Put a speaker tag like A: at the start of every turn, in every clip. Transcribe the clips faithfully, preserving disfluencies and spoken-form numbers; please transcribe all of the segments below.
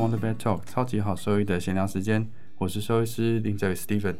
A: On the Bed Talk 超级好兽医的闲聊时间，我是兽医师林哲宇 Steven。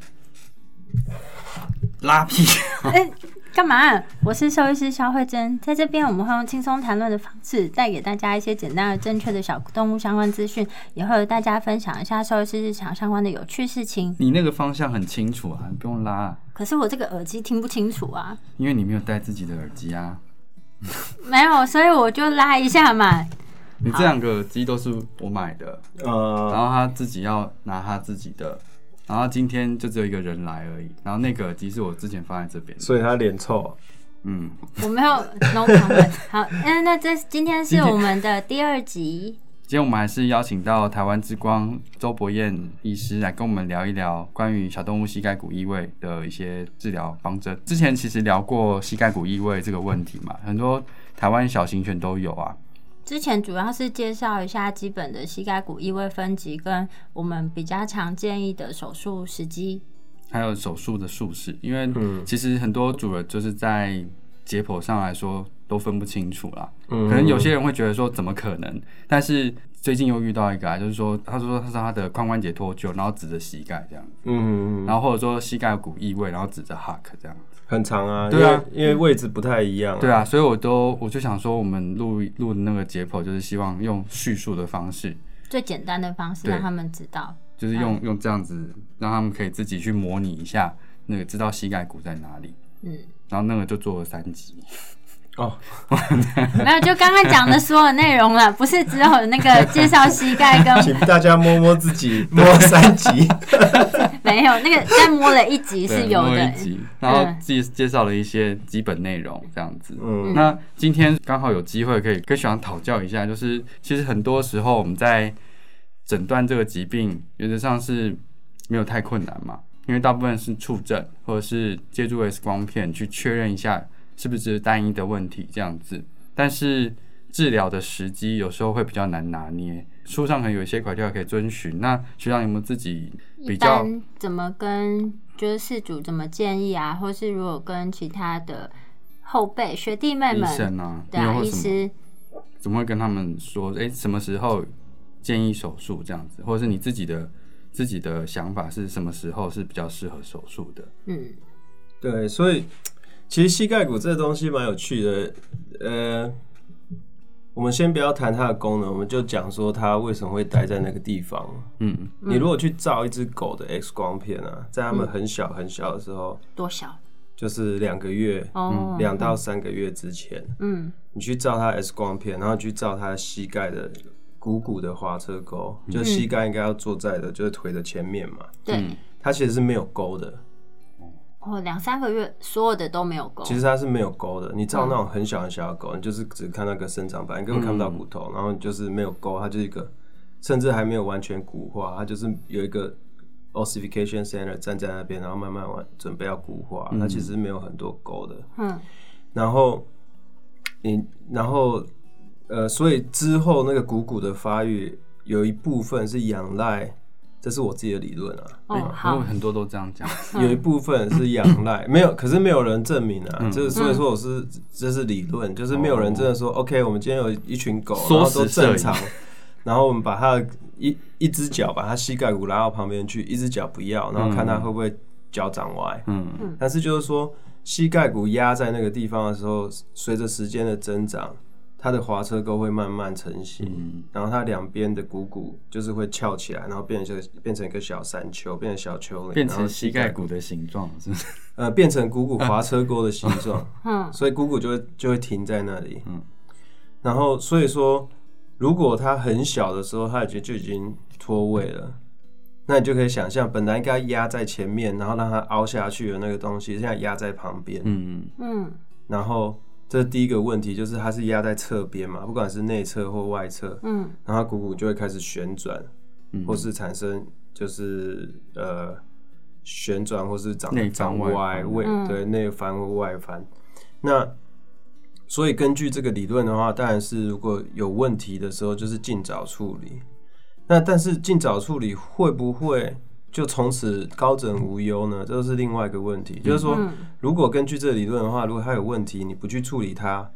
A: 拉屁！
B: 哎，干嘛？我是兽医师肖慧珍，在这边我们会用轻松谈论的方式，带给大家一些简单而正确的小动物相关资讯，也会和大家分享一下兽医师日常相关的有趣事情。
A: 你那个方向很清楚啊，你不用拉、啊。
B: 可是我这个耳机听不清楚啊，
A: 因为你没有戴自己的耳机啊。
B: 没有，所以我就拉一下嘛。
A: 你这两个耳机都是我买的，呃，然后他自己要拿他自己的，然后今天就只有一个人来而已，然后那个耳机是我之前放在这边，
C: 所以他脸臭。
A: 嗯，
B: 我没有 no comment。好，嗯，那这今天是我们的第二集。
A: 今天我们还是邀请到台湾之光周伯彦医师来跟我们聊一聊关于小动物膝盖骨异位的一些治疗方针。之前其实聊过膝盖骨异位这个问题嘛，很多台湾小型犬都有啊。
B: 之前主要是介绍一下基本的膝盖骨异位分级，跟我们比较常建议的手术时机，
A: 还有手术的术式。因为其实很多主人就是在解剖上来说都分不清楚啦，嗯、可能有些人会觉得说怎么可能，但是最近又遇到一个、啊，就是说他说他是他的髋关节脱臼，然后指着膝盖这样子，嗯，然后或者说膝盖骨异位，然后指着 Huck 这样子。
C: 很长啊，
A: 对啊，
C: 因为因为位置不太一样、啊。
A: 对啊，所以我都我就想说，我们录录的那个解剖，就是希望用叙述的方式，
B: 最简单的方式让他们知道，
A: 就是用、嗯、用这样子，让他们可以自己去模拟一下，那个知道膝盖骨在哪里。嗯，然后那个就做了三集。
C: 哦，
B: 没有，就刚刚讲的所有内容了，不是只有那个介绍膝盖跟，
C: 请大家摸摸自己，摸三集，
B: 没有，那个再摸了一集是有的，
A: 摸一集，然后自己介绍了一些基本内容这样子。嗯，那今天刚好有机会可以跟学长讨教一下，就是其实很多时候我们在诊断这个疾病，原则上是没有太困难嘛，因为大部分是触诊或者是借助 X 光片去确认一下。是不是单一的问题这样子？但是治疗的时机有时候会比较难拿捏，书上可能有一些规条可以遵循。那学长有没有自己比较
B: 一般怎么跟就是饲主怎么建议啊？或是如果跟其他的后辈学弟妹们，
A: 医生啊，
B: 对啊，医师
A: 怎么会跟他们说？哎、欸，什么时候建议手术这样子？或者是你自己的自己的想法是什么时候是比较适合手术的？
B: 嗯，
C: 对，所以。其实膝盖骨这东西蛮有趣的，呃，我们先不要谈它的功能，我们就讲说它为什么会待在那个地方。嗯，你如果去照一只狗的 X 光片啊，在它们很小很小的时候，
B: 多小？
C: 就是两个月，哦，两到三个月之前，嗯，你去照它 X 光片，然后去照它膝盖的股骨的滑车沟，嗯、就膝盖应该要坐在的，就是腿的前面嘛，
B: 对，
C: 它其实是没有沟的。
B: 哦，两三个月，所有的都没有沟。
C: 其实它是没有沟的。你照那种很小很小的狗，嗯、你就是只看那个生长板，你根本看不到骨头，嗯、然后就是没有沟，它就是一个，甚至还没有完全骨化，它就是有一个 ossification center 站在那边，然后慢慢准备要骨化，嗯、它其实没有很多沟的。嗯。然后你，然后呃，所以之后那个股骨的发育有一部分是仰赖。这是我自己的理论啊，
B: 哦，好，
A: 很多都这样讲。
C: 有一部分是仰赖，没有，可是没有人证明啊。嗯、就是所以说我是这是理论，就是没有人真的说、哦、，OK， 我们今天有一群狗，然后都正常，然后我们把它的一一只脚把它膝盖骨拉到旁边去，一只脚不要，然后看它会不会脚长歪。嗯嗯。但是就是说，膝盖骨压在那个地方的时候，随着时间的增长。它的滑车沟会慢慢成型，嗯、然后它两边的股骨就是会翘起来，然后变成变成一个小山丘，变成小丘陵，
A: 变成膝盖骨的形状，是不是？
C: 呃，变成股骨滑车沟的形状，嗯，所以股骨就会就会停在那里，嗯，然后所以说，如果它很小的时候，它已经就已经脱位了，那你就可以想象，本来应该压在前面，然后让它凹下去的那个东西，现在压在旁边，嗯嗯，然后。这第一个问题就是它是压在侧边嘛，不管是内侧或外侧，嗯，然后股骨就会开始旋转，嗯，或是产生就是呃旋转或是长长歪，嗯、对，内翻或外翻。那所以根据这个理论的话，当然是如果有问题的时候，就是尽早处理。那但是尽早处理会不会就从此高枕无忧呢？这是另外一个问题。嗯、就是说，如果根据这个理论的话，如果它有问题，你不去处理它，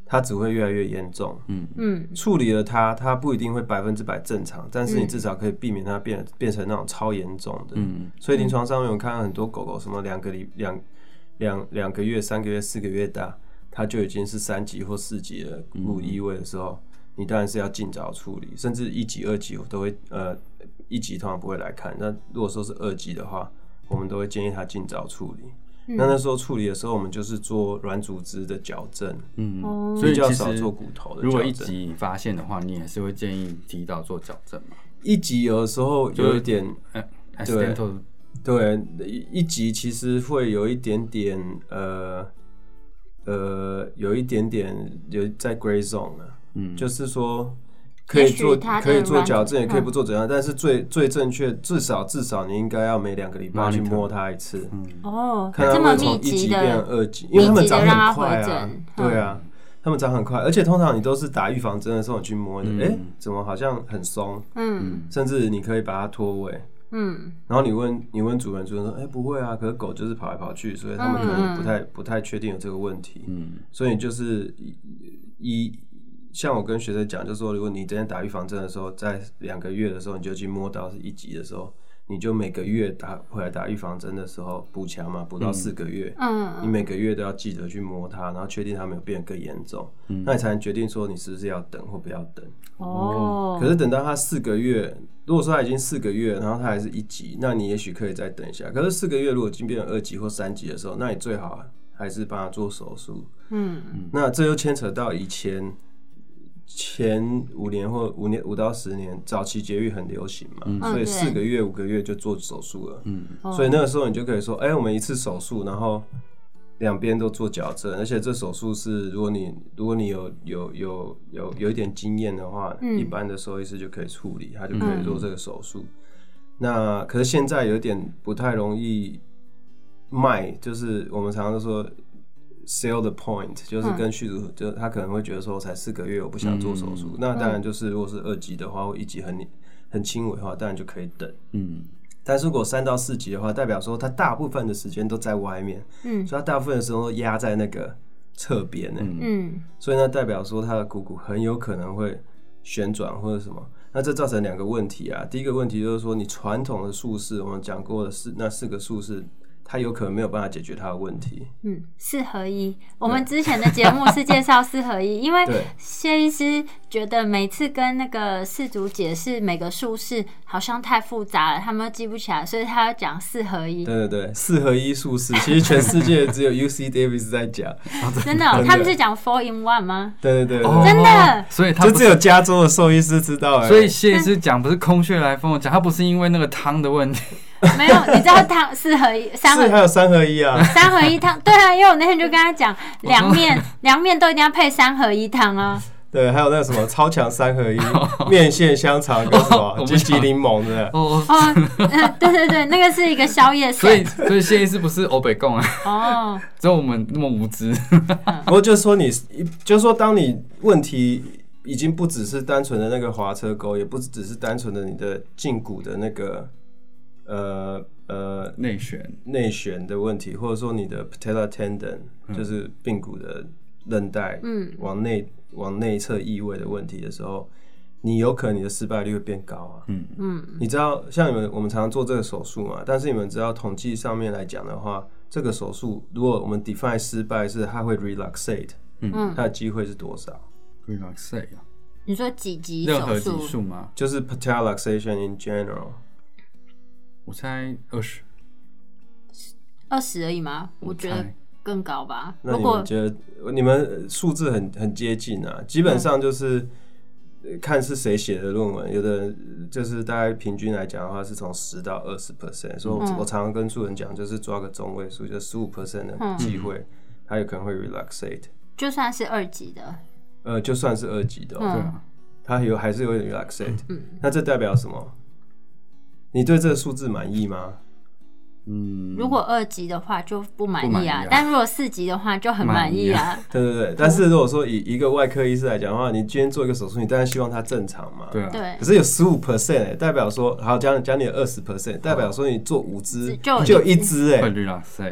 C: 它只会越来越严重。嗯嗯，处理了它，它不一定会百分之百正常，但是你至少可以避免它变变成那种超严重的。嗯，所以临床上面我看到很多狗狗，什么两个礼两两两个月、三个月、四个月大，它就已经是三级或四级的骨骨异位的时候，你当然是要尽早处理，甚至一级、二级我都会呃一级通常不会来看，那如果说是二级的话，我们都会建议它尽早处理。那那时候处理的时候，我们就是做软组织的矫正，嗯，
A: 所以
C: 比较少做骨头的矫正。
A: 如果一级发现的话，你也是会建议提早做矫正吗？
C: 一级有的时候有一点，
A: 对
C: 对，一级其实会有一点点，呃呃，有一点点有在 gray zone 了，嗯，就是说。可以做可以做矫正，也可以不做怎样，嗯、但是最最正确，至少至少你应该要每两个礼拜去摸它一次。嗯、
B: 哦，
C: 看它会从一级变成二级，因为它们长很快啊。对啊，它们长很快，而且通常你都是打预防针的时候你去摸的，哎、嗯欸，怎么好像很松？嗯，甚至你可以把它脱位。嗯，然后你问你问主人，主人说，哎、欸，不会啊，可是狗就是跑来跑去，所以他们可能不太、嗯、不太确定有这个问题。嗯，所以就是一。像我跟学生讲，就是说，如果你今天打预防针的时候，在两个月的时候你就去摸到是一级的时候，你就每个月打回来打预防针的时候补强嘛，补到四个月，嗯，你每个月都要记得去摸它，然后确定它没有变得更严重，嗯，那你才能决定说你是不是要等或不要等。哦，可是等到它四个月，如果说它已经四个月，然后它还是一级，那你也许可以再等一下。可是四个月如果已经变成二级或三级的时候，那你最好还是帮它做手术。嗯，那这又牵扯到以前。前五年或五年五到十年，早期节育很流行嘛，嗯、所以四个月五个月就做手术了。嗯，所以那个时候你就可以说，哎、欸，我们一次手术，然后两边都做矫正，而且这手术是如果你如果你有有有有有一点经验的话，嗯、一般的兽医师就可以处理，他就可以做这个手术。嗯、那可是现在有点不太容易卖，就是我们常常都说。sell the point 就是跟续主，就他可能会觉得说，我才四个月，我不想做手术。嗯、那当然就是，如果是二级的话，或一级很很轻微的话，当然就可以等。嗯，但是如果三到四级的话，代表说他大部分的时间都在外面，嗯，所以他大部分的时候都压在那个侧边呢，嗯，所以那代表说他的股骨很有可能会旋转或者什么。那这造成两个问题啊，第一个问题就是说，你传统的术式，我们讲过的四那四个术式。他有可能没有办法解决他的问题。嗯，
B: 四合一，我们之前的节目是介绍四合一，因为谢医师觉得每次跟那个饲主解释每个术式好像太复杂了，他们都记不起来，所以他要讲四合一。
C: 对对对，四合一术式，其实全世界只有 U C Davis 在讲。
B: 真的、喔，他们是讲 four in one 吗？
C: 对对对，
B: 哦、真的。
A: 所以他
C: 就只有加州的兽医师知道、欸。
A: 所以谢医师讲不是空穴来风讲，他不是因为那个汤的问题。
B: 没有，你知道汤四合一、三合一，
C: 还有三合一啊，
B: 三合一汤，对啊，因为我那天就跟他讲，凉面凉面都一定要配三合一汤啊。
C: 对，还有那个什么超强三合一，面线香肠跟什么金桔柠檬的。
B: 哦哦，对对对，那个是一个宵夜。
A: 所以所以谢医师不是欧北共啊。哦，只有我们那么无知。
C: 不过就是说你，就是说当你问题已经不只是单纯的那个滑车沟，也不只是单纯的你的胫骨的那个。呃呃，
A: 内旋
C: 内旋的问题，或者说你的 patellar tendon、嗯、就是髌骨的韧带，嗯，往内往内侧移位的问题的时候，你有可能你的失败率会变高啊。嗯嗯，你知道像你们我们常常做这个手术嘛，但是你们知道统计上面来讲的话，这个手术如果我们 define 失败是它会 relaxate， 嗯，它的机会是多少
A: ？relaxate 啊？
B: 你说几级手术？
A: 任何级数吗？
C: 就是 patellar luxation in general。
A: 我猜二十，
B: 二十而已吗？我觉得更高吧。
C: 那你们觉得你们数字很很接近啊？基本上就是看是谁写的论文，有的就是大概平均来讲的话，是从十到二十 percent。所以我我常常跟素人讲，就是抓个中位数，就十五 percent 的机会，它有可能会 relaxate。
B: 就算是二级的，
C: 呃，就算是二级的、喔，对、嗯，它有还是有点 relaxate。嗯，那这代表什么？你对这个数字满意吗？
B: 嗯，如果二级的话就不满意啊，但如果四级的话就很满意啊。
C: 对对对，但是如果说以一个外科医师来讲的话，你今天做一个手术，你当然希望它正常嘛。
A: 对啊。
B: 对。
C: 可是有十五 percent 代表说，好，讲讲你有二十 percent， 代表说你做五支就有一支哎，
A: 会 relax。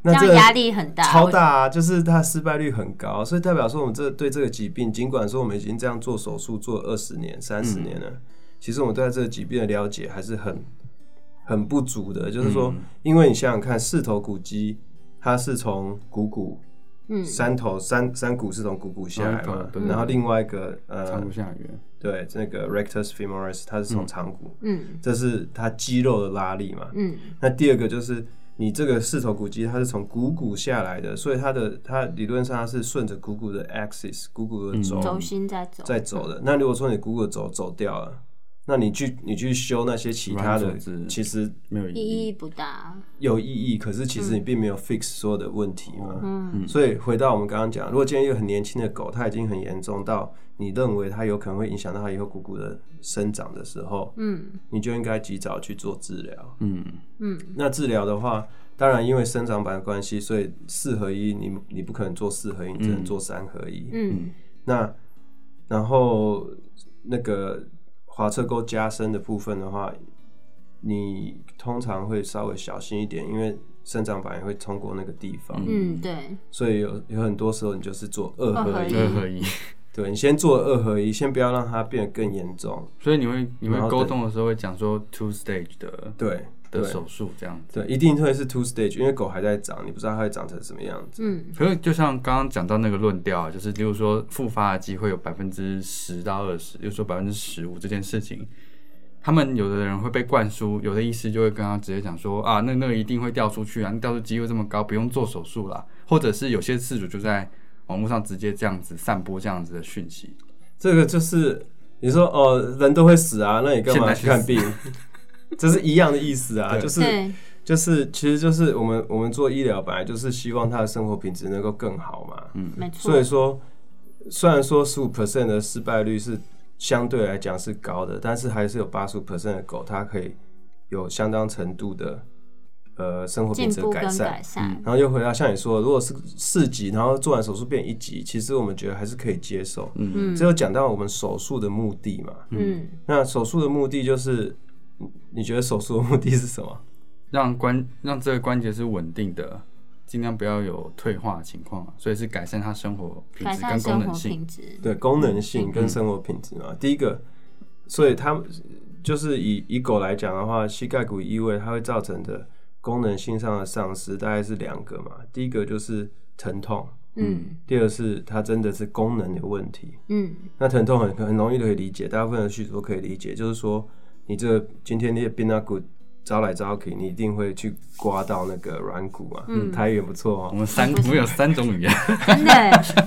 C: 那
B: 这样压力很大，
C: 超大啊！就是它失败率很高，所以代表说我们这对这个疾病，尽管说我们已经这样做手术做二十年、三十年了，嗯、其实我们对这个疾病的了解还是很很不足的。就是说，嗯、因为你想想看，四头骨肌它是从股骨。嗯，三头三三骨是从股骨下来嘛，然后另外一个呃
A: 长骨下缘，
C: 对，那个 rectus femoris 它是从长骨，嗯，这是它肌肉的拉力嘛，嗯，那第二个就是你这个四头骨肌它是从股骨下来的，所以它的它理论上它是顺着股骨的 axis 股骨的轴
B: 轴心在走
C: 在走的。那如果说你股骨的轴走掉了，那你去你去修那些其他的，其实
A: 没有意义，
B: 意义不大。
C: 有意义，可是其实你并没有 fix 所有的问题嘛。嗯，所以回到我们刚刚讲，如果今天一个很年轻的狗，它已经很严重到你认为它有可能会影响到它以后股骨的生长的时候，嗯，你就应该及早去做治疗。嗯嗯，那治疗的话，当然因为生长板的关系，所以四合一你你不可能做四合一，你只能做三合一。嗯，那然后那个。滑车沟加深的部分的话，你通常会稍微小心一点，因为生长板也会通过那个地方。
B: 嗯，对。
C: 所以有有很多时候你就是做二合一，
A: 二合一。
C: 对，你先做二合一，先不要让它变得更严重。
A: 所以你会你会沟通的时候会讲说 two stage 的
C: 对
A: 的手术这样子。
C: 对，一定会是 two stage， 因为狗还在长，你不知道它会长成什么样子。
A: 嗯。可是就像刚刚讲到那个论调，就是例如说复发的机会有百分之十到二十，就是说百分之十五这件事情，他们有的人会被灌输，有的医师就会跟他直接讲说啊，那那个一定会掉出去啊，掉出机会这么高，不用做手术啦。或者是有些饲主就在网络上直接这样子散播这样子的讯息。
C: 这个就是你说哦，人都会死啊，那你干嘛去看病？这是一样的意思啊，就是就是，其实就是我们我们做医疗本来就是希望他的生活品质能够更好嘛，嗯，没错。所以说，虽然说十五 percent 的失败率是相对来讲是高的，但是还是有八十五 percent 的狗它可以有相当程度的呃生活品质的改善。
B: 改善
C: 然后又回到像你说的，如果是四级，然后做完手术变一级，其实我们觉得还是可以接受。嗯，这有讲到我们手术的目的嘛，嗯，那手术的目的就是。你觉得手术的目的是什么？
A: 让关让这个关节是稳定的，尽量不要有退化的情况，所以是改善它生活品质跟功能性。
C: 对，功能性跟生活品质嘛。嗯、第一个，所以它就是以以狗来讲的话，膝盖骨异位它会造成的功能性上的丧失，大概是两个嘛。第一个就是疼痛，嗯，第二个是它真的是功能有问题，嗯。那疼痛很很容易可以理解，大部分的畜主都可以理解，就是说。你这个今天你的髌骨招来招去，你一定会去刮到那个软骨嘛。嗯，台语也不错哦。
A: 我们三我们有三种语言，
B: 真的。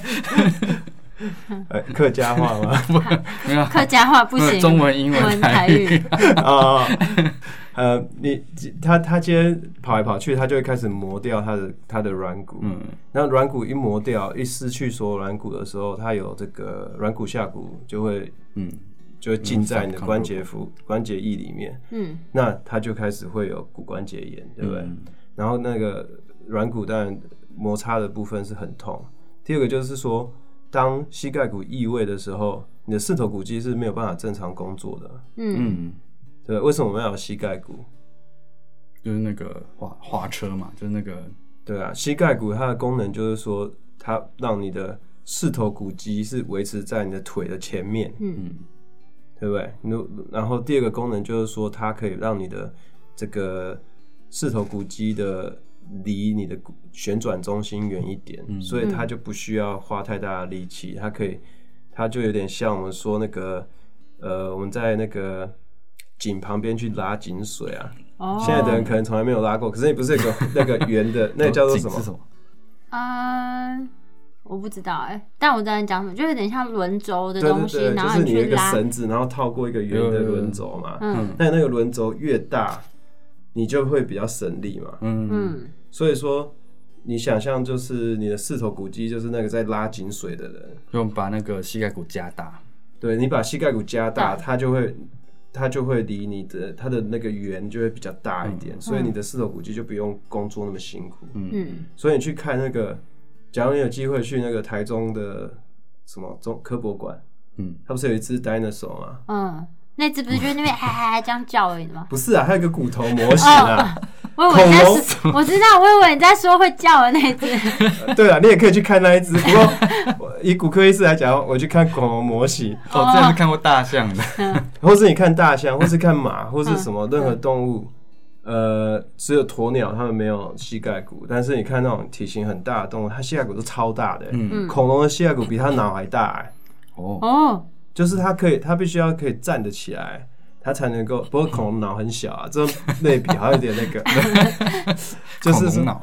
C: 呃，客家话吗？
B: 没有，客家话不行。
A: 中文、英文、台语
C: 啊。呃，你他他今天跑来跑去，他就会开始磨掉他的他的软骨。嗯，那软骨一磨掉，一失去所有软骨的时候，它有这个软骨下骨就会嗯。就会浸在你的关节腹、关节液里面，嗯，那它就开始会有骨关节炎，对不对？嗯、然后那个软骨当然摩擦的部分是很痛。第二个就是说，当膝盖骨异位的时候，你的四头骨肌是没有办法正常工作的，嗯，对。为什么我们要有膝盖骨？
A: 就是那个滑滑车嘛，就是那个，
C: 对啊，膝盖骨它的功能就是说，它让你的四头骨肌是维持在你的腿的前面，嗯。对不对？然后第二个功能就是说，它可以让你的这个四头骨肌的离你的旋转中心远一点，嗯、所以它就不需要花太大的力气，它可以，它就有点像我们说那个，呃，我们在那个井旁边去拉井水啊。哦。现在的人可能从来没有拉过，可是你不是有个那个圆的，那个叫做什么？
A: 是什么？
B: 啊。Uh我不知道哎、欸，但我在讲什么，就有点像轮轴的东西，
C: 对对对，
B: 然后
C: 你去拉，就是你有一个绳子，然后套过一个圆的轮轴嘛。嗯，那那个轮轴越大，你就会比较省力嘛。嗯嗯，所以说你想象就是你的四头骨肌就是那个在拉紧水的人，
A: 用把那个膝盖骨加大。
C: 对，你把膝盖骨加大，它就会它就会离你的它的那个圆就会比较大一点，嗯、所以你的四头骨肌就不用工作那么辛苦。嗯，所以你去看那个。假如你有机会去那个台中的什么中科博馆，嗯，它不是有一只 dinosaur 吗？
B: 嗯，那只不是就那边哈哈这样叫而已吗？
C: 不是啊，还有一个骨头模型啊。
B: 我以为你在说，我知道，我以为你在说会叫的那一只。
C: 对啊，你也可以去看那一只。不过以骨科医师来讲，我去看恐龙模型。
A: 我之前是看过大象的，
C: 或是你看大象，或是看马，或是什么任何动物。呃，只有鸵鸟，它们没有膝盖骨，但是你看那种体型很大的动物，它膝盖骨都超大的、欸。嗯，恐龙的膝盖骨比它脑还大、欸。哦哦，就是它可以，它必须要可以站得起来，它才能够。不过恐龙脑很小啊，这类比好像有点那个，就是
A: 恐龙脑，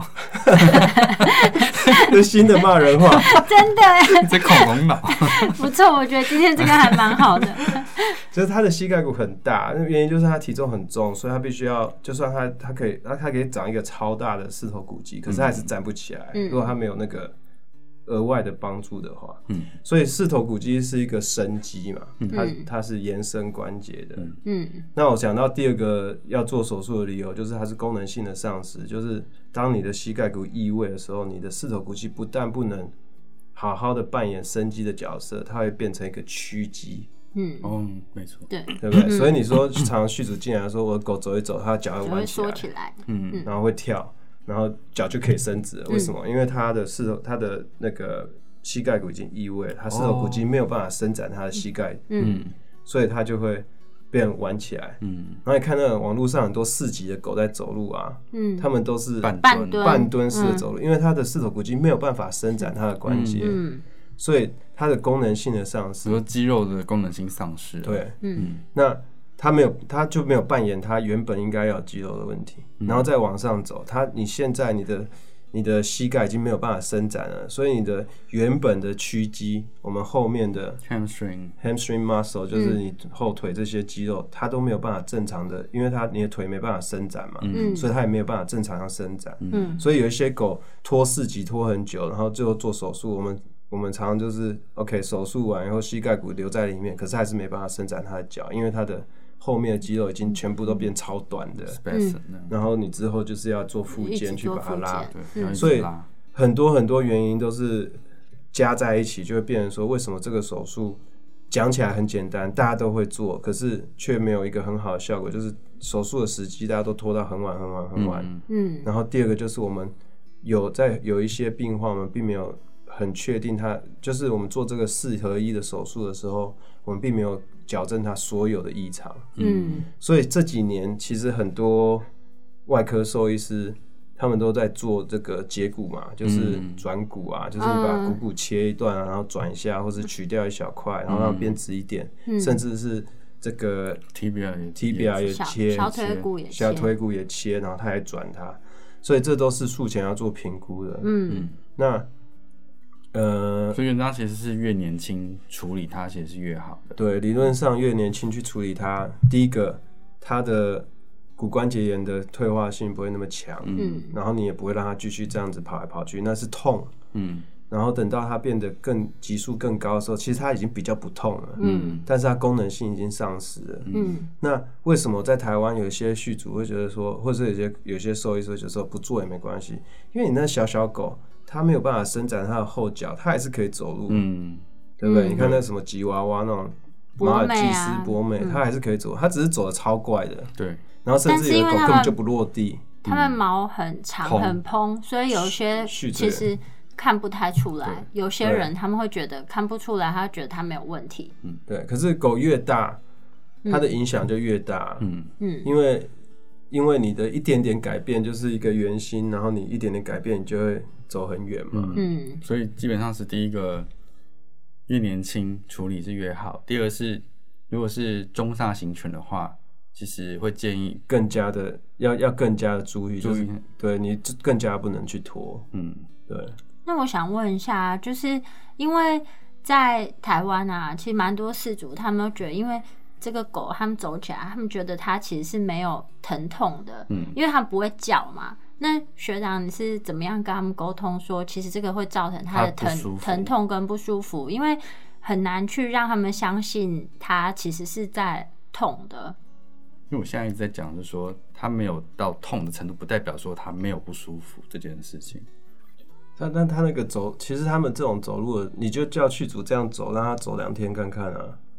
C: 这新的骂人话，
B: 真的哎，
A: 这恐龙脑
B: 不错，我觉得今天这个还蛮好的。
C: 就是他的膝盖骨很大，那原因就是他体重很重，所以他必须要，就算他他可以，他他可以长一个超大的四头骨肌，可是他还是站不起来。嗯、如果他没有那个额外的帮助的话，嗯，所以四头骨肌是一个伸肌嘛，嗯、它它是延伸关节的。嗯，那我讲到第二个要做手术的理由，就是它是功能性的丧失，就是当你的膝盖骨异位的时候，你的四头骨肌不但不能好好的扮演伸肌的角色，它会变成一个屈肌。
A: 嗯，哦，没错，
B: 对，
C: 对不对？嗯、所以你说，常常续主进来说，我的狗走一走，它脚会弯起来，
B: 缩起来，
C: 嗯，然后会跳，然后脚就可以伸直了。为什么？嗯、因为它的四头，它的那个膝盖骨已经异位了，它四头骨肌没有办法伸展它的膝盖，嗯，所以它就会变弯起来。嗯，然后你看那个网络上很多四级的狗在走路啊，嗯，它们都是
A: 半
B: 蹲
C: 半蹲式的走路，嗯、因为它的四头骨肌没有办法伸展它的关节。嗯嗯，所以它的功能性的丧失，
A: 比如肌肉的功能性丧失，
C: 对，嗯，那它没有，它就没有扮演它原本应该要有肌肉的问题，嗯、然后再往上走，它你现在你的你的膝盖已经没有办法伸展了，所以你的原本的屈肌，我们后面的
A: hamstring
C: hamstring muscle 就是你后腿这些肌肉，它都没有办法正常的，因为它你的腿没办法伸展嘛，嗯、所以它也没有办法正常的伸展，嗯、所以有一些狗拖四级拖很久，然后最后做手术，我们。我们常常就是 OK 手术完以后膝盖骨留在里面，可是还是没办法伸展它的脚，因为它的后面的肌肉已经全部都变超短的，
A: 嗯、
C: 然后你之后就是要做复健去把它拉，
A: 嗯、
C: 所以很多很多原因都是加在一起，就会变成说为什么这个手术讲起来很简单，大家都会做，可是却没有一个很好的效果，就是手术的时机大家都拖到很晚很晚很晚，嗯，然后第二个就是我们有在有一些病患我们并没有。很确定他就是我们做这个四合一的手术的时候，我们并没有矫正他所有的异常。嗯，所以这几年其实很多外科兽医师他们都在做这个截骨嘛，就是转骨啊，嗯、就是你把骨骨切一段、啊，然后转一下，或是取掉一小块，然后让它变直一点，嗯、甚至是这个
A: tibia
C: tibia 也切，
B: 小腿骨也切，
C: 小腿骨也切，然后他还转它，所以这都是术前要做评估的。嗯，那。呃，
A: 所以原则上其实是越年轻处理它，其实是越好的。
C: 对，理论上越年轻去处理它，第一个，它的骨关节炎的退化性不会那么强，嗯，然后你也不会让它继续这样子跑来跑去，那是痛，嗯，然后等到它变得更级数更高的时候，其实它已经比较不痛了，嗯，但是它功能性已经丧失了，嗯，那为什么在台湾有些畜主会觉得说，或者有些有些兽医会觉得说不做也没关系，因为你那小小狗。它没有办法伸展它的后脚，它还是可以走路，嗯，对不对？嗯、你看那什么吉娃娃那种马尔济斯、博美，它、嗯、还是可以走，它只是走的超怪的，
A: 对。
C: 然后甚至有的狗根本就不落地，
B: 它们毛很长、嗯、很蓬，所以有些其实看不太出来。有些人他们会觉得看不出来，他觉得它没有问题，
C: 嗯，对。可是狗越大，它的影响就越大，嗯嗯，因为因为你的一点点改变就是一个圆心，然后你一点点改变，你就会。走很远嘛，
A: 嗯，所以基本上是第一个，越年轻处理是越好。第二个是，如果是中大型犬的话，其实会建议
C: 更加的要要更加的注意，就是对你更加不能去拖，嗯，对。
B: 那我想问一下，就是因为在台湾啊，其实蛮多饲主他们都觉得，因为这个狗他们走起来，他们觉得它其实是没有疼痛的，嗯，因为它不会叫嘛。那学长，你是怎么样跟他们沟通说，其实这个会造成他的疼疼痛跟不舒服？因为很难去让他们相信他其实是在痛的。
A: 因为我现在一直在讲，就是说他没有到痛的程度，不代表说他没有不舒服这件事情。
C: 但但他那个走，其实他们这种走路的，你就叫去主这样走，让他走两天看看啊。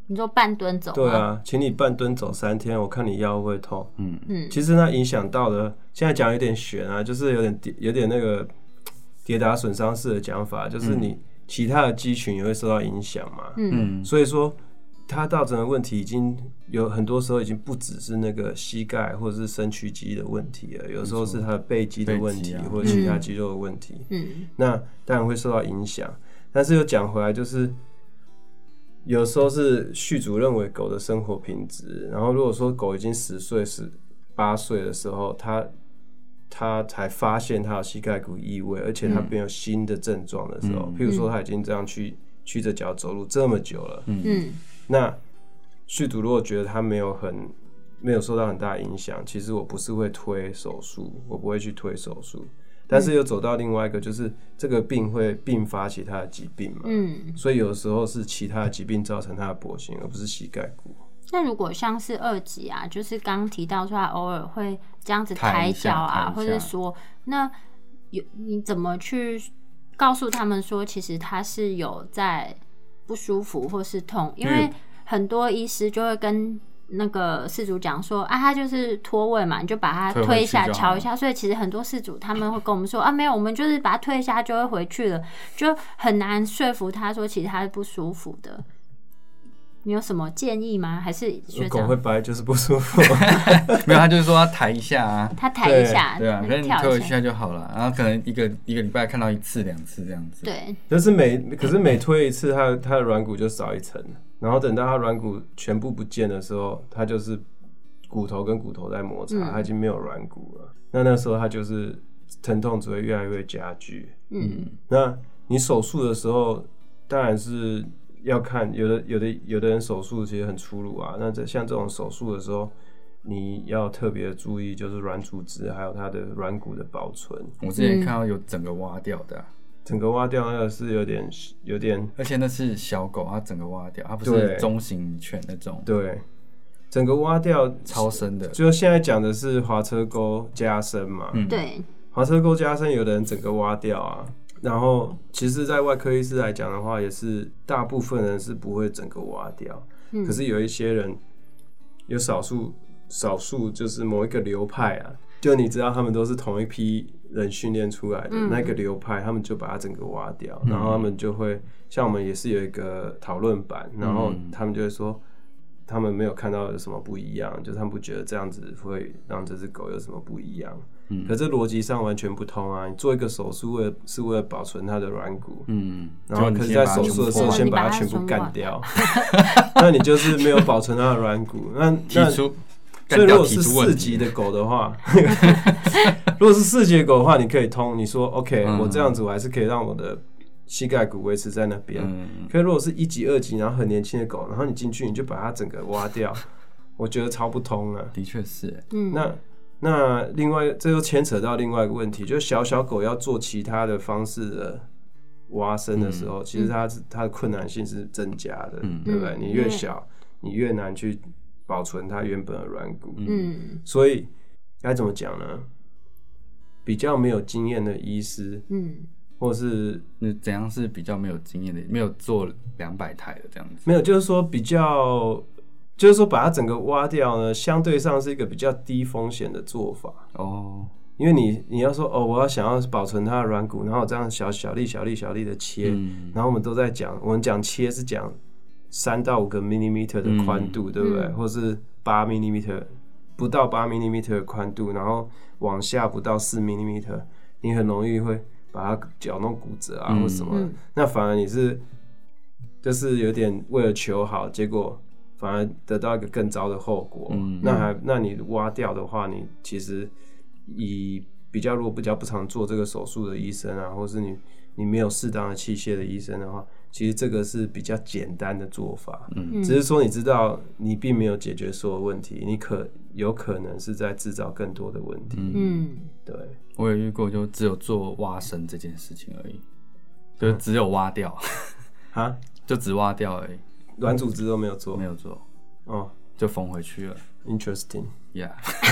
B: 你说半蹲走吗？
C: 对啊，请你半蹲走三天，我看你腰会不会痛。
A: 嗯
C: 嗯，其实那影响到的，现在讲有点悬啊，就是有点有点那个跌打损伤式的讲法，就是你其他的肌群也会受到影响嘛。嗯，所以说它造成的问题已经有很多时候已经不只是那个膝盖或者是身躯肌的问题了，有时候是它的背肌的问题，啊、或者其他肌肉的问题。嗯，那当然会受到影响。但是又讲回来，就是有时候是畜主认为狗的生活品质，然后如果说狗已经十岁、十八岁的时候，它他才发现他有膝盖骨异位，而且他没有新的症状的时候，嗯、譬如说他已经这样曲曲着脚走路这么久了，嗯，那畜主如果觉得他没有很没有受到很大的影响，其实我不是会推手术，我不会去推手术。但是又走到另外一个，就是这个病会并发其他的疾病嘛，嗯，所以有时候是其他的疾病造成他的跛行，而不是膝盖骨。
B: 那如果像是二级啊，就是刚刚提到说他偶尔会这样子抬脚啊，或者说那有你怎么去告诉他们说，其实他是有在不舒服或是痛？因为很多医师就会跟那个饲主讲说啊，他就是脱位嘛，你就把他推一下敲一下，所以其实很多饲主他们会跟我们说啊，没有，我们就是把他推一下就会回去了，就很难说服他说其实他是不舒服的。你有什么建议吗？还是学长
C: 狗会掰就是不舒服？
A: 没有，他就是说他抬一下啊，
B: 他抬一下，
A: 对啊，可是你推一下就好了，然后可能一个一个礼拜看到一次两次这样子。
B: 对，
C: 就是每可是每推一次，它它的软骨就少一层，然后等到它软骨全部不见的时候，它就是骨头跟骨头在摩擦，嗯、它已经没有软骨了。那那时候它就是疼痛只会越来越加剧。嗯，那你手术的时候，当然是。要看有的有的有的人手术其实很粗鲁啊，那这像这种手术的时候，你要特别注意，就是软组织还有它的软骨的保存。
A: 我之前看到有整个挖掉的、啊，
C: 整个挖掉那个是有点有点，
A: 而且那是小狗，它整个挖掉，它不是中型犬那种。
C: 对，整个挖掉
A: 超深的。
C: 就现在讲的是滑车沟加深嘛，
B: 嗯，对，
C: 滑车沟加深，有的人整个挖掉啊。然后，其实，在外科医师来讲的话，也是大部分人是不会整个挖掉。嗯、可是有一些人，有少数少数就是某一个流派啊，就你知道他们都是同一批人训练出来的、嗯、那个流派，他们就把它整个挖掉，嗯、然后他们就会像我们也是有一个讨论版，然后他们就会说，他们没有看到有什么不一样，就是他们不觉得这样子会让这只狗有什么不一样。嗯、可是逻辑上完全不通啊！你做一个手术为了是为了保存它的软骨，嗯，然后可是在手术的时候先把它全部干掉，那你就是没有保存它的软骨。那那所以如果是四级的狗的话，如果是四级的狗的话，你可以通，你说 OK，、嗯、我这样子我还是可以让我的膝盖骨维持在那边。嗯、可是如果是一级、二级，然后很年轻的狗，然后你进去你就把它整个挖掉，我觉得超不通啊。
A: 的确是，
B: 嗯，
C: 那。那另外，这又牵扯到另外一个问题，就是小小狗要做其他的方式的挖深的时候，嗯、其实它它的困难性是增加的，嗯、对不对？你越小，你越难去保存它原本的软骨。嗯，所以该怎么讲呢？比较没有经验的医师，嗯，或是
A: 你怎样是比较没有经验的，没有做两百台的这样子？
C: 没有，就是说比较。就是说，把它整个挖掉呢，相对上是一个比较低风险的做法哦。因为你你要说哦，我要想要保存它的软骨，然后这样小小粒、小粒、小粒的切，嗯、然后我们都在讲，我们讲切是讲三到五个 millimeter 的宽度，嗯、对不对？嗯、或是八 millimeter 不到八 millimeter 的宽度，然后往下不到四 millimeter， 你很容易会把它脚弄骨折啊，嗯、或什么的。嗯、那反而你是就是有点为了求好，结果。反而得到一个更糟的后果。嗯、那还那你挖掉的话，你其实以比较如果比较不常做这个手术的医生啊，或是你你没有适当的器械的医生的话，其实这个是比较简单的做法。嗯，只是说你知道你并没有解决所有问题，你可有可能是在制造更多的问题。嗯，对，
A: 我有遇过，就只有做挖深这件事情而已，就只有挖掉
C: 啊，
A: 嗯、就只挖掉而已。
C: 软组织都没有做，
A: 没有做，
C: 哦，
A: 就缝回去了。
C: Interesting,
A: yeah.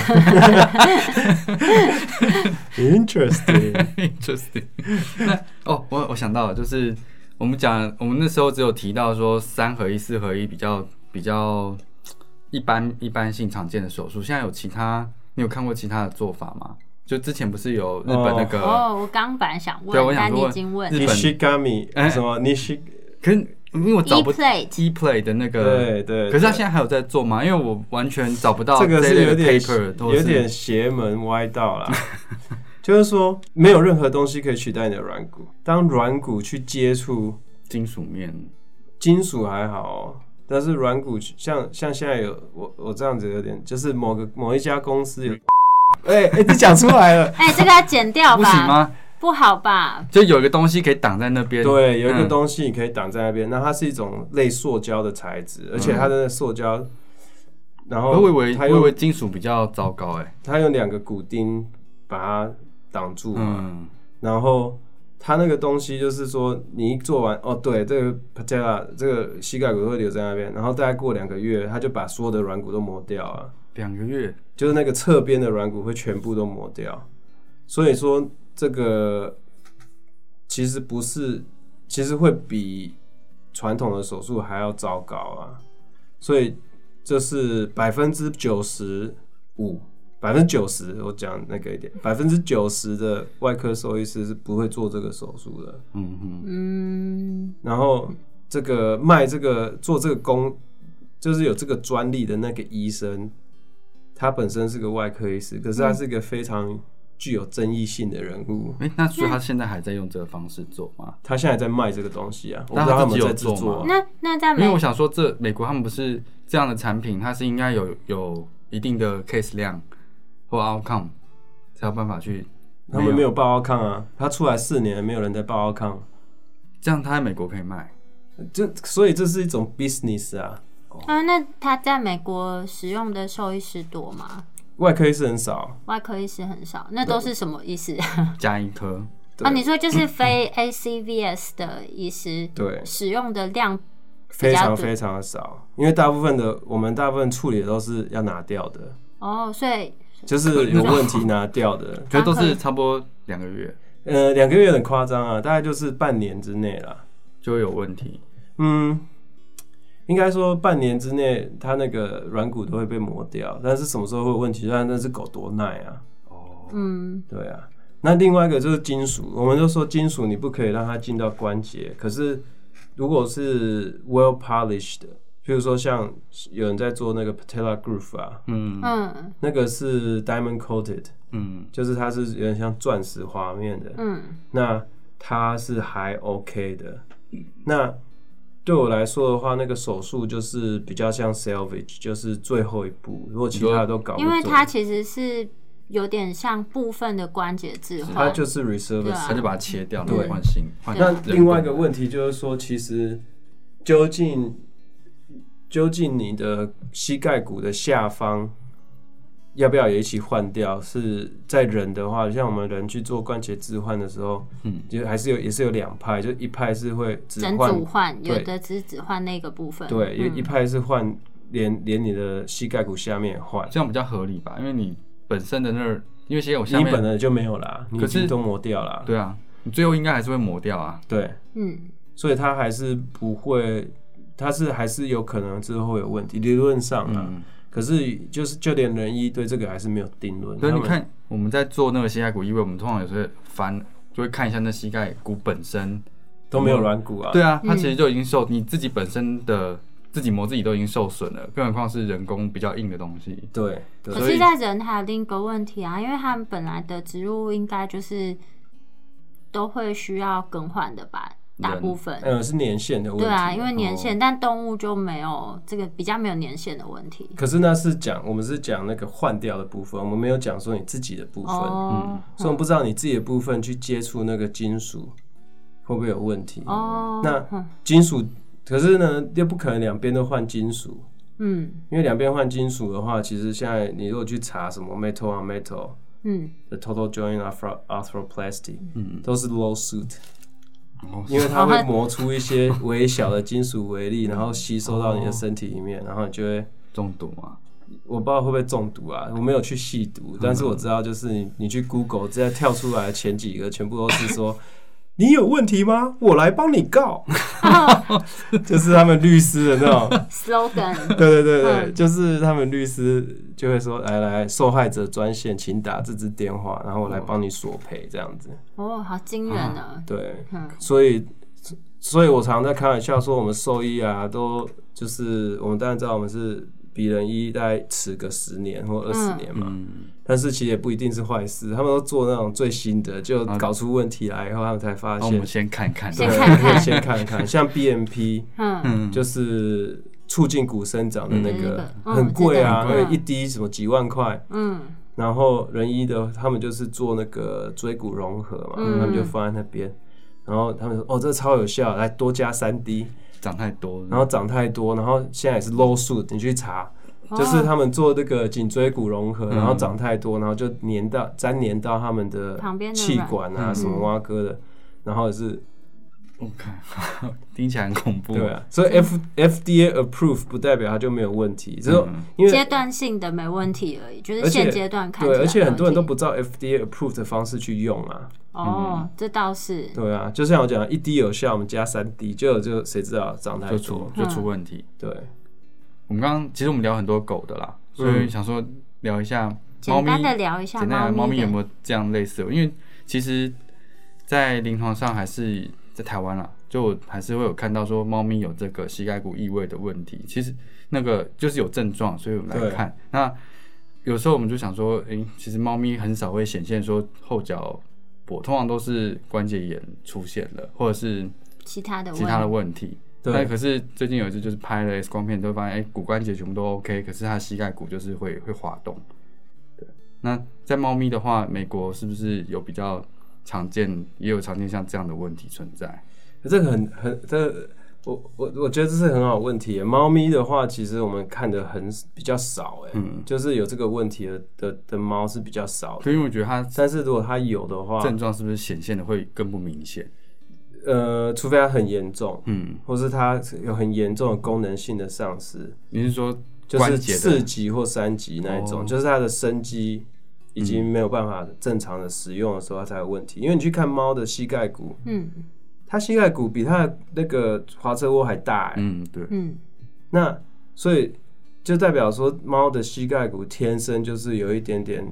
C: Interesting,
A: interesting. 那哦，我我想到了，就是我们讲，我们那时候只有提到说三合一、四合一比较比较一般一般性常见的手术。现在有其他，你有看过其他的做法吗？就之前不是有日本那个
B: 哦，我刚本来想问，
A: 对，我想
B: 但你已经问
A: 日本
C: Nishigami、欸、什么 Nishi，
A: 可是因为我找不
B: E-plate
A: E-plate 的那个，
C: 对 对, 對，
A: 可是他现在还有在做吗？因为我完全找不到
C: 这个是有点
A: paper， 都
C: 有点邪门歪道啦。就是说，没有任何东西可以取代你的软骨。当软骨去接触
A: 金属面，
C: 金属还好哦，但是软骨像像现在有我我这样子有点，就是某个某一家公司有。哎、欸、哎，你、欸、讲出来了！
B: 哎、欸，这个要剪掉吧？
A: 不行吗？
B: 不好吧？
A: 就有一个东西可以挡在那边。
C: 对，有一个东西你可以挡在那边。那、嗯、它是一种类塑胶的材质，而且它的塑胶，嗯、然后
A: 我以为我以为金属比较糟糕哎、欸。
C: 它用两个骨钉把它挡住嘛，
A: 嗯、
C: 然后它那个东西就是说，你一做完哦，对，这个 patella 这个膝盖骨会留在那边，然后大概过两个月，它就把所有的软骨都磨掉啊。
A: 两个月，
C: 就是那个侧边的软骨会全部都磨掉，所以说这个其实不是，其实会比传统的手术还要糟糕啊。所以这是百分之九十五，百分之九十，我讲那个一点，百分之九十的外科兽医师是不会做这个手术的。
A: 嗯哼，
B: 嗯，
C: 然后这个卖这个做这个工，就是有这个专利的那个医生。他本身是个外科医师，可是他是一个非常具有争议性的人物。
A: 哎、欸，那所以他现在还在用这个方式做吗？
C: 他现在在卖这个东西啊，我不知道他们在制作吗？
B: 那那在
A: 因为我想说，这美国他们不是这样的产品，它是应该有有一定的 case 量或 outcome 才有办法去。
C: 他们没有报 outcome 啊，他出来四年没有人在报 outcome，
A: 这样他在美国可以卖，
C: 这所以这是一种 business 啊。
B: 啊，那他在美国使用的兽医师多吗？
C: 外科医师很少，
B: 外科医师很少，那都是什么医师？
A: 加医科
B: 啊，你说就是非 A C V S 的医师，
C: 对，
B: 使用的量
C: 非常非常的少，因为大部分的我们大部分处理的都是要拿掉的。
B: 哦，所以
C: 就是有问题拿掉的，
A: 可是都是差不多两个月。
C: 呃，两个月很夸张啊，大概就是半年之内啦，
A: 就会有问题。
C: 嗯。应该说半年之内，它那个软骨都会被磨掉，但是什么时候会有问题？但那只狗多耐啊！
A: 哦，
B: 嗯，
C: 对啊。那另外一个就是金属，我们就说金属你不可以让它进到关节，可是如果是 well polished 的，譬如说像有人在做那个 patella groove 啊，
A: 嗯
B: 嗯，
C: 那个是 diamond coated，
A: 嗯，
C: 就是它是有点像钻石滑面的，
B: 嗯，
C: 那它是还 OK 的，那。对我来说的话，那个手术就是比较像 salvage， 就是最后一步。如果其他的都搞不准，
B: 因为它其实是有点像部分的关节置换，
C: 它就是 resurface，
B: 啊、
A: 它就把它切掉，对，换新。
C: 那另外一个问题就是说，其实究竟究竟你的膝盖骨的下方要不要也一起换掉？是在人的话，像我们人去做关节置换的时候，嗯，就还是有也是有两派，就一派是会只
B: 整组换，有的只只换那个部分，
C: 对，有、嗯、一派是换连连你的膝盖骨下面也换，
A: 这样比较合理吧？因为你本身的那儿，因为膝盖骨下面
C: 你本来就没有啦，你已经都磨掉了，
A: 对啊，你最后应该还是会磨掉啊，
C: 对，
B: 嗯，
C: 所以它还是不会，它是还是有可能之后有问题，理论上啊。嗯，可是就是就连人医对这个还是没有定论。
A: 所以你看我们在做那个膝盖骨移位，我们通常有时候翻就会看一下那膝盖骨本身
C: 都没有软骨啊。
A: 对啊，它其实就已经受、嗯、你自己本身的自己磨自己都已经受损了，更何况是人工比较硬的东西。
C: 对，对，
B: 可是在人还有另一个问题啊，因为他们本来的植入物应该就是都会需要更换的吧。大部分
C: 呃是年限的问题，
B: 对啊，因为年限、哦，但动物就没有这个比较没有年限的问题。
C: 可是那是讲我们是讲那个换掉的部分，我们没有讲说你自己的部分，哦、嗯，所以我们不知道你自己的部分去接触那个金属会不会有问题。哦，那金属可是呢又不可能两边都换金属，嗯，因为两边换金属的话，其实现在你如果去查什么 metal on metal， 嗯 ，the total joint arthroplasty， 嗯，都是 lawsuit。因为它会磨出一些微小的金属微粒，然后吸收到你的身体里面，然后你就会
A: 中毒嘛。
C: 我不知道会不会中毒啊，我没有去细读，但是我知道就是你你去 Google 直接跳出来前几个全部都是说你有问题吗？我来帮你告。就是他们律师的那种
B: slogan。
C: 对对对对，嗯、就是他们律师就会说：“来来，受害者专线，请打这支电话，然后我来帮你索赔。”这样子。
B: 哦，好惊人啊！
C: 嗯、对，嗯、所以，所以我常在开玩笑说，我们兽医啊，都就是我们当然知道我们是比人医大概迟个十年或二十年嘛。嗯但是其实也不一定是坏事，他们都做那种最新的，就搞出问题来以后，他们才发现。
A: 我们先看看，
B: 先看看，
C: 先看看。像 B M P， 嗯，就是促进骨生长的那个，嗯、很贵啊，那、嗯、一滴什么几万块，嗯。然后人医的他们就是做那个椎骨融合嘛，嗯、他们就放在那边，然后他们说哦，这个超有效，来多加三滴，
A: 长太多，
C: 然后长太多，然后现在也是 low suit， 你去查。就是他们做这个颈椎骨融合，然后长太多，然后就粘到粘连到他们的气管啊，什么蛙哥的，然后也是，
A: 我看听起来很恐怖。
C: 对啊，所以 F FDA approve 不代表它就没有问题，只是因为
B: 阶段性的没问题而已，就是现阶段看起来。
C: 对，而且很多人都不照 F D A approve 的方式去用啊。
B: 哦，这倒是。
C: 对啊，就像我讲，一滴有效，我们加三滴，就就谁知道长太多
A: 就出就出问题。
C: 对。
A: 我们刚刚其实我们聊很多狗的啦，所以想说聊一下猫咪，
B: 简单的聊一下
A: 简单的猫咪有没有这样类似的？因为其实，在临床上还是在台湾啦，就还是会有看到说猫咪有这个膝盖骨异位的问题。其实那个就是有症状，所以我们来看。那有时候我们就想说，哎、欸，其实猫咪很少会显现说后脚跛，通常都是关节炎出现了，或者是
B: 其他的
A: 其他的问题。但可是最近有一次就是拍了 X 光片，都发现哎、欸、骨关节全部都 OK， 可是它膝盖骨就是会会滑动。对，那在猫咪的话，美国是不是有比较常见，也有常见像这样的问题存在？
C: 这个很很这个、我我我觉得这是很好的问题。猫咪的话，其实我们看的很比较少，哎、嗯，就是有这个问题的的的猫是比较少的。
A: 所以我觉得它，
C: 但是如果它有的话，
A: 症状是不是显现的会更不明显？
C: 呃，除非它很严重，嗯，或是它有很严重的功能性的丧失。
A: 你是说
C: 就是四级或三级那一种，哦、就是它的生肌已经没有办法正常的使用的时候，它才有问题。因为你去看猫的膝盖骨，嗯，它膝盖骨比它的那个滑车窝还大、欸，
A: 嗯，对，
B: 嗯，
C: 那所以就代表说猫的膝盖骨天生就是有一点点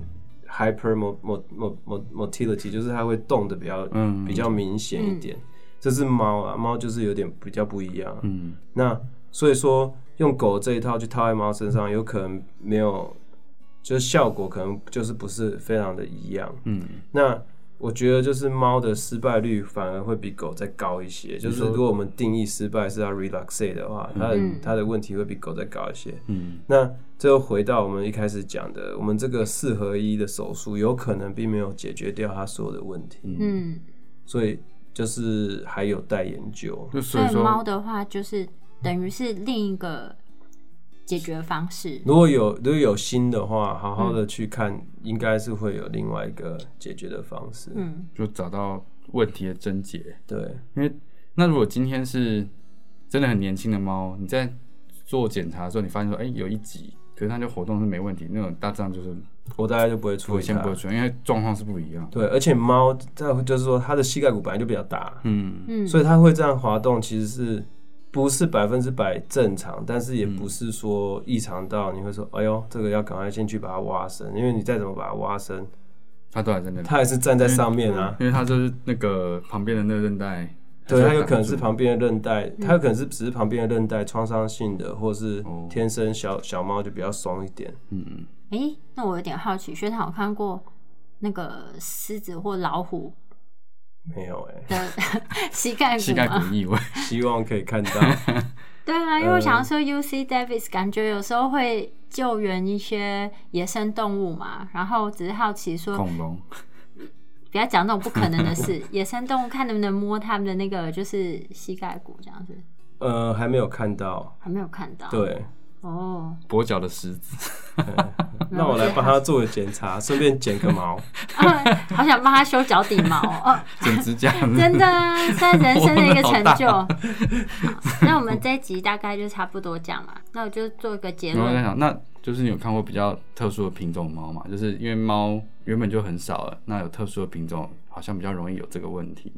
C: hyper motility， 就是它会动的比较、嗯、比较明显一点。嗯，这是猫啊，猫就是有点比较不一样。嗯，那所以说用狗这一套去套在猫身上，有可能没有，就是效果可能就是不是非常的一样。嗯，那我觉得就是猫的失败率反而会比狗再高一些。就是如果我们定义失败是要 relaxate 的话，它的、嗯、它的问题会比狗再高一些。嗯，那这又回到我们一开始讲的，我们这个四合一的手术有可能并没有解决掉它所有的问题。嗯，所以。就是还有待研究，
B: 所以猫的话就是等于是另一个解决方式。
C: 如果有如果有新的话，好好的去看，嗯、应该是会有另外一个解决的方式。
A: 嗯，就找到问题的症结。
C: 对，
A: 因为那如果今天是真的很年轻的猫，你在做检查的时候，你发现说，哎、欸，有一级，可是它就活动是没问题，那种大致上就是。
C: 我大概就不会处理它，
A: 先不会处理，因为状况是不一样。
C: 对，而且猫就是说它的膝盖骨本来就比较大，嗯嗯，所以它会这样滑动，其实是不是百分之百正常，但是也不是说异常到你会说，哎呦，这个要赶快先去把它挖深，因为你再怎么把它挖深，
A: 它都还在那里，
C: 它还是站在上面啊，
A: 因为它就是那个旁边的那个韧带。
C: 对，它有可能是旁边的韧带，它有可能是只是旁边的韧带创伤性的，或是天生小小猫就比较松一点，嗯嗯。
B: 哎、欸，那我有点好奇，学长有看过那个狮子或老虎？
C: 没有哎、
B: 欸。的膝盖骨吗？
A: 膝盖骨异位，
C: 希望可以看到。
B: 对啊，因为我想说 U C Davis 感觉有时候会救援一些野生动物嘛，然后只是好奇说，
A: 恐龙，
B: 不要讲那种不可能的事。野生动物看能不能摸他们的那个就是膝盖骨这样子。
C: 呃，还没有看到，
B: 还没有看到。
C: 对。
B: 哦，
A: 跛脚的狮子，
C: 那我来帮他做个检查，顺便剪个毛。
B: 啊、好想帮他修脚底毛哦，
A: 剪指甲，
B: 真的啊，算人生的一个成就。好，那我们这一集大概就差不多这样嘛。那我就做一个结论。
A: 我在想，那就是你有看过比较特殊的品种猫嘛？就是因为猫原本就很少了，那有特殊的品种好像比较容易有这个问题嘛？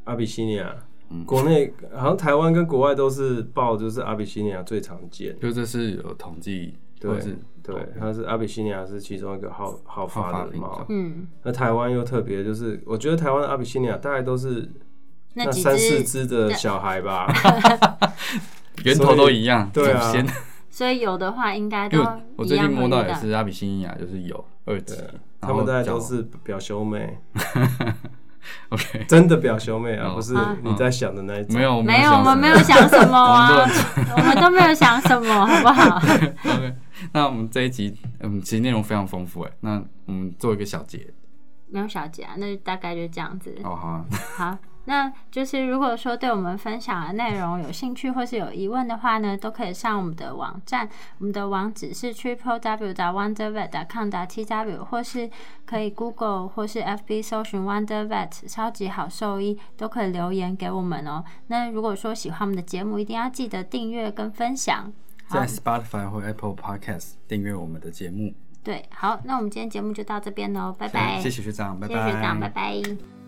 C: 阿比西尼亚。嗯、国内好像台湾跟国外都是报，就是阿比西尼亚最常见，
A: 就这是有统计，
C: 对
A: 是
C: 对，它是阿比西尼亚是其中一个好好发的猫。
B: 嗯，
C: 那台湾又特别，就是我觉得台湾的阿比西尼亚大概都是
B: 那
C: 三四只的小孩吧，
A: 源头都一样，
C: 对啊。
B: 所以有的话应该都一样。
A: 我最近摸到也是阿比西尼亚，就是有二级，
C: 他们大概都是表兄妹。
A: OK，
C: 真的表兄妹啊，不是你在想的那一种。
A: 没有，
B: 没有，我们没有想什么啊，我们都没有想什么，好不好
A: ？OK， 那我们这一集，嗯，其实内容非常丰富哎，那我们做一个小结。
B: 没有小结啊，那大概就这样子。
A: 哦，好啊。
B: 好。那就是如果说对我们分享的内容有兴趣或是有疑问的话呢，都可以上我们的网站，我们的网址是 triple w dot wonder vet dot com dot t w， 或是可以 Google 或是 F B 搜寻 Wonder Vet 超级好兽医，都可以留言给我们哦。那如果说喜欢我们的节目，一定要记得订阅跟分享，
A: 在 Spotify 或 Apple Podcast 订阅我们的节目。
B: 对，好，那我们今天节目就到这边喽，拜拜。
A: 谢谢学长，拜拜。
B: 谢谢学长，拜拜。